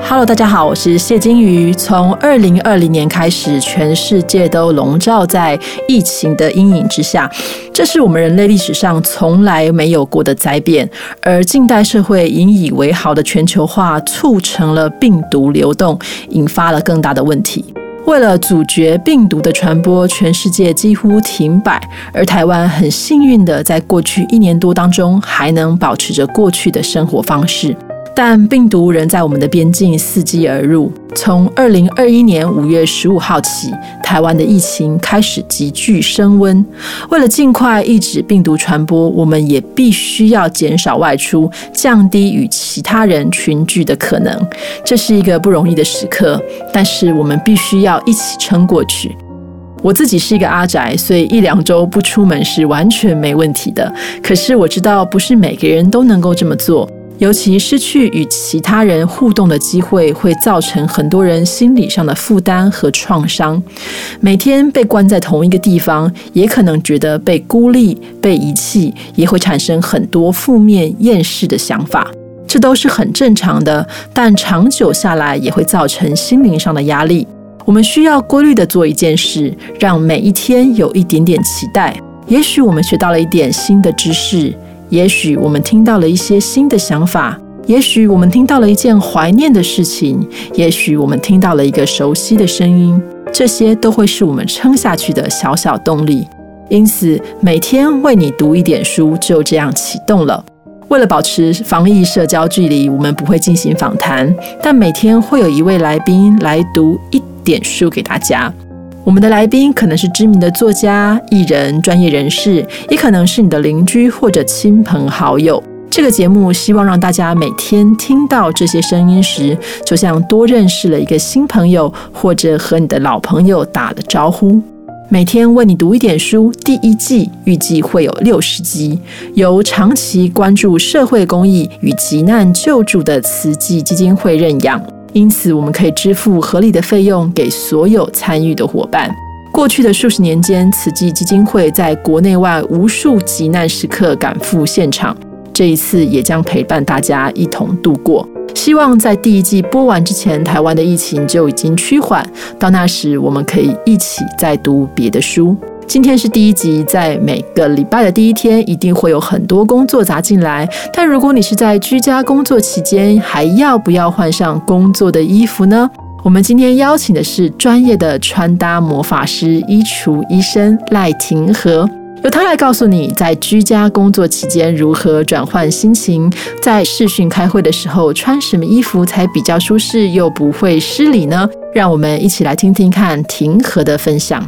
Hello， 大家好，我是谢金鱼。从2020年开始，全世界都笼罩在疫情的阴影之下，这是我们人类历史上从来没有过的灾变。而近代社会引以为豪的全球化，促成了病毒流动，引发了更大的问题。为了阻绝病毒的传播，全世界几乎停摆，而台湾很幸运的在过去1年多当中，还能保持着过去的生活方式。但病毒仍在我们的边境伺机而入。从2021年5月15号起，台湾的疫情开始急剧升温。为了尽快抑制病毒传播，我们也必须要减少外出，降低与其他人群聚的可能。这是一个不容易的时刻，但是我们必须要一起撑过去。我自己是一个阿宅，所以1-2周不出门是完全没问题的。可是我知道，不是每个人都能够这么做。尤其失去与其他人互动的机会，会造成很多人心理上的负担和创伤。每天被关在同一个地方，也可能觉得被孤立、被遗弃，也会产生很多负面、厌世的想法。这都是很正常的，但长久下来也会造成心灵上的压力。我们需要规律地做一件事，让每一天有一点点期待。也许我们学到了一点新的知识，也许我们听到了一些新的想法，也许我们听到了一件怀念的事情，也许我们听到了一个熟悉的声音，这些都会是我们撑下去的小小动力。因此，每天为你读一点书就这样启动了。为了保持防疫社交距离，我们不会进行访谈，但每天会有一位来宾来读一点书给大家。我们的来宾可能是知名的作家、艺人、专业人士，也可能是你的邻居或者亲朋好友。这个节目希望让大家每天听到这些声音时，就像多认识了一个新朋友，或者和你的老朋友打了招呼。每天为你读一点书，第1季预计会有60集，由长期关注社会公益与急难救助的慈济基金会认养。因此，我们可以支付合理的费用给所有参与的伙伴。过去的数十年间，慈济基金会在国内外无数急难时刻赶赴现场，这一次也将陪伴大家一同度过。希望在第1季播完之前，台湾的疫情就已经趋缓，到那时我们可以一起再读别的书。今天是第1集，在每个礼拜的第1天一定会有很多工作砸进来，但如果你是在居家工作期间，还要不要换上工作的衣服呢？我们今天邀请的是专业的穿搭魔法师、衣橱医生赖廷和，由他来告诉你在居家工作期间如何转换心情，在视讯开会的时候穿什么衣服才比较舒适又不会失礼呢？让我们一起来听听看廷和的分享。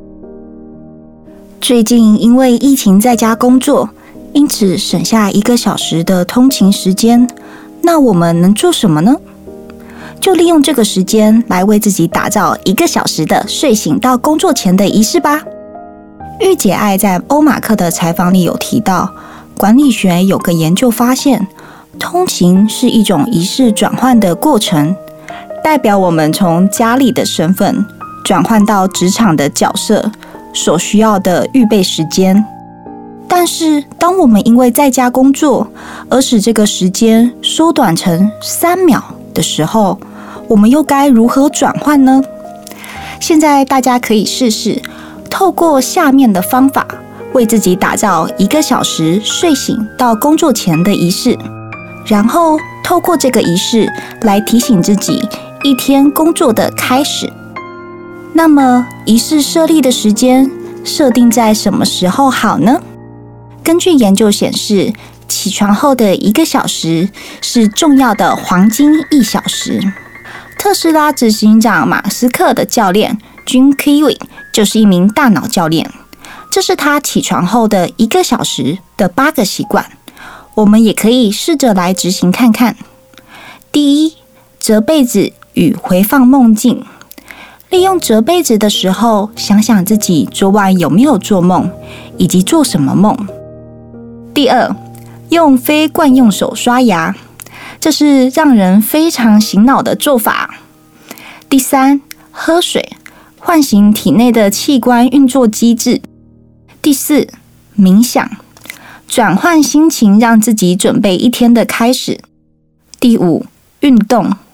最近因为疫情在家工作，因此省下1个小时的通勤时间，那我们能做什么呢？就利用这个时间来为自己打造1个小时的睡醒到工作前的仪式吧。御姐爱在欧马克的采访里有提到，管理学有个研究发现，通勤是一种仪式转换的过程，代表我们从家里的身份转换到职场的角色所需要的预备时间。但是当我们因为在家工作而使这个时间缩短成3秒的时候，我们又该如何转换呢？现在大家可以试试透过下面的方法，为自己打造1个小时睡醒到工作前的仪式，然后透过这个仪式来提醒自己一天工作的开始。那么仪式设立的时间设定在什么时候好呢？根据研究显示，起床后的1个小时是重要的黄金1小时。特斯拉执行长马斯克的教练 Jim Kiwi 就是一名大脑教练，这是他起床后的1个小时的8个习惯，我们也可以试着来执行看看。第1，折被子与回放梦境。利用折被子的时候，想想自己昨晚有没有做梦，以及做什么梦。第2，用非惯用手刷牙，这是让人非常醒脑的做法。第3，喝水，唤醒体内的器官运作机制。第4，冥想，转换心情，让自己准备一天的开始。第5，运动，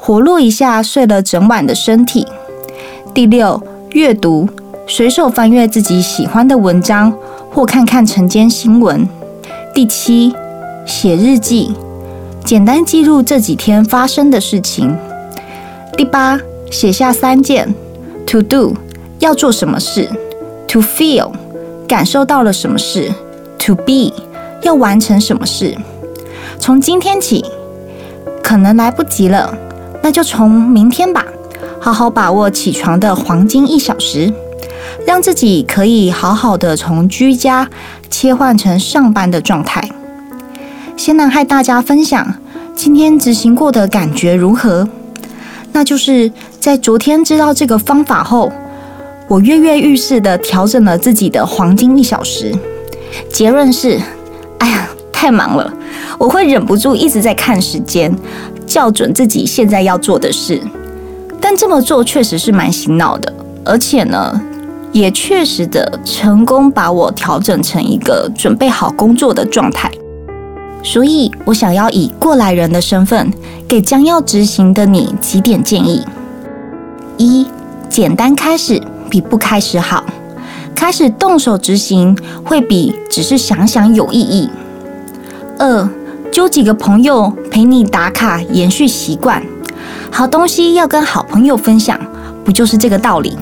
活络一下睡了整晚的身体。第6，阅读，随手翻阅自己喜欢的文章或看看晨间新闻。第7，写日记，简单记录这几天发生的事情。第8，写下3件 to do， 要做什么事， to feel， 感受到了什么事， to be， 要完成什么事。从今天起，可能来不及了，那就从明天吧，好好把握起床的黄金1小时，让自己可以好好的从居家切换成上班的状态。先来和大家分享今天执行过的感觉如何。那就是在昨天知道这个方法后，我跃跃欲试的调整了自己的黄金1小时。结论是，太忙了，我会忍不住一直在看时间，校准自己现在要做的事。但这么做确实是蛮洗脑的，而且呢，也确实的成功把我调整成一个准备好工作的状态。所以我想要以过来人的身份，给将要执行的你几点建议。1，简单开始比不开始好，开始动手执行会比只是想想有意义。2，揪几个朋友陪你打卡，延续习惯。好东西要跟好朋友分享，不就是这个道理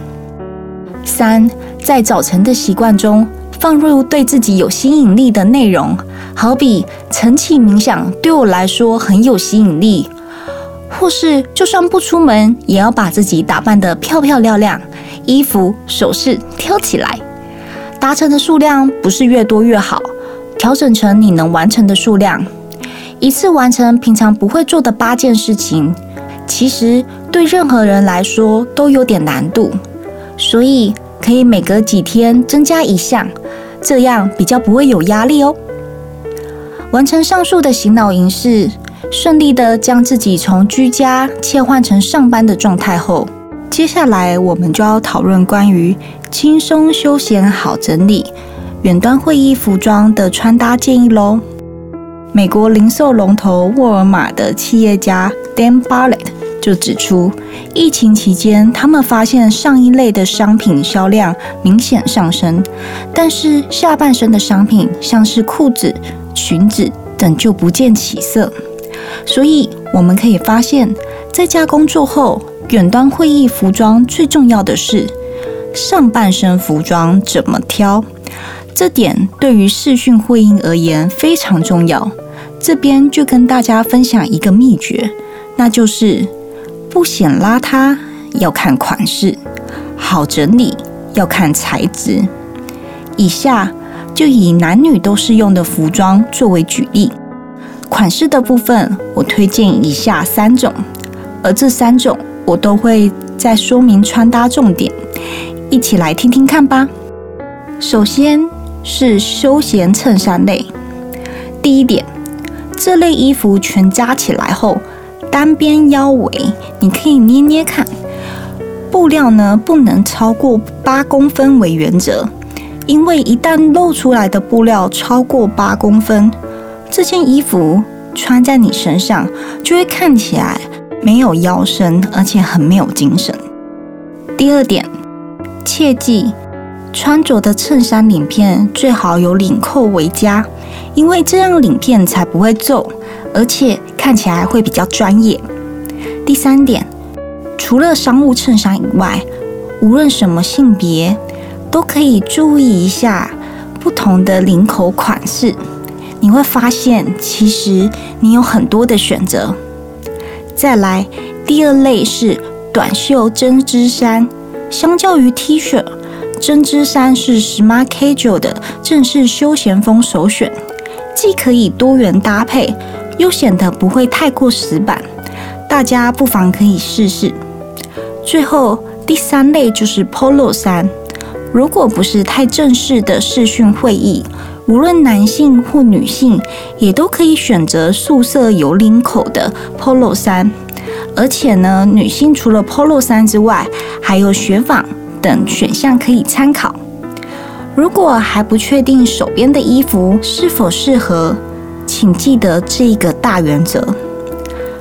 ？3，在早晨的习惯中放入对自己有吸引力的内容，好比晨起冥想对我来说很有吸引力，或是就算不出门，也要把自己打扮得漂漂亮亮，衣服首饰挑起来。达成的数量不是越多越好，调整成你能完成的数量。一次完成平常不会做的8件事情，其实对任何人来说都有点难度，所以可以每隔几天增加1项，这样比较不会有压力哦。完成上述的醒脑仪式，顺利的将自己从居家切换成上班的状态后，接下来我们就要讨论关于轻松休闲好整理远端会议服装的穿搭建议咯。美国零售龙头沃尔玛的企业家 Dan Bartlett 就指出，疫情期间他们发现上衣类的商品销量明显上升，但是下半身的商品像是裤子、裙子等就不见起色。所以我们可以发现，在家工作后，远端会议服装最重要的是上半身服装怎么挑，这点对于视讯会议而言非常重要。这边就跟大家分享一个秘诀，那就是不显邋遢要看款式，好整理要看材质。以下就以男女都适用的服装作为举例。款式的部分，我推荐以下3种，而这3种我都会再说明穿搭重点，一起来听听看吧。首先是休闲衬衫类。第一点，这类衣服全扎起来后，单边腰围你可以捏捏看，布料呢不能超过8公分为原则，因为一旦露出来的布料超过8公分，这件衣服穿在你身上就会看起来没有腰身，而且很没有精神。第二点，切记穿着的衬衫领片最好有领扣为佳，因为这样领片才不会皱，而且看起来会比较专业。第三点，除了商务衬衫以外，无论什么性别都可以注意一下不同的领口款式，你会发现其实你有很多的选择。再来，第二类是短袖针织衫。相较于 T 恤，针织衫是 Smart Casual 的正式休闲风首选，既可以多元搭配，又显得不会太过死板，大家不妨可以试试。最后第三类就是 Polo 衫，如果不是太正式的视讯会议，无论男性或女性也都可以选择素色有领口的 Polo 衫。而且呢，女性除了 Polo 衫之外，还有雪纺等选项可以参考。如果还不确定手边的衣服是否适合，请记得这个大原则：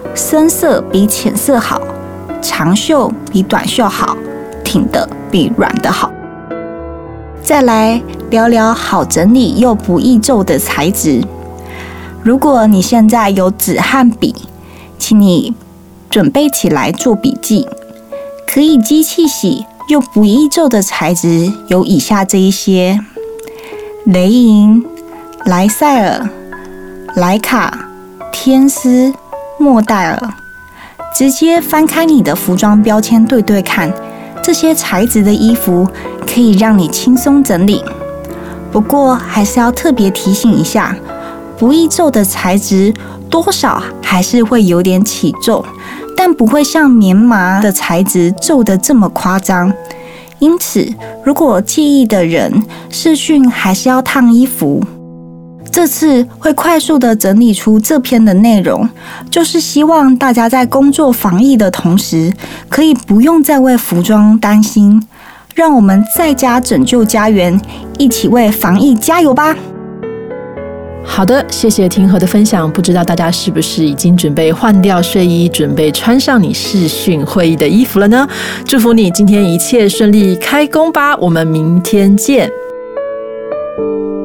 深色比浅色好，长袖比短袖好，挺的比软的好。再来聊聊好整理又不易皱的材质。如果你现在有纸和笔，请你准备起来做笔记。可以机器洗又不易皱的材质有以下这一些：雷银、莱赛尔、莱卡、天丝、莫代尔。直接翻开你的服装标签对对看，这些材质的衣服可以让你轻松整理。不过还是要特别提醒一下，不易皱的材质多少还是会有点起皱，但不会像棉麻的材质皱得这么夸张。因此，如果介意的人，视讯还是要烫衣服。这次会快速的整理出这篇的内容，就是希望大家在工作防疫的同时，可以不用再为服装担心，让我们在家拯救家园，一起为防疫加油吧！ 好的，谢谢庭和的分享。不知道大家是不是已经准备换掉睡衣，准备穿上你视讯会议的衣服了呢？祝福你今天一切顺利，开工吧！我们明天见。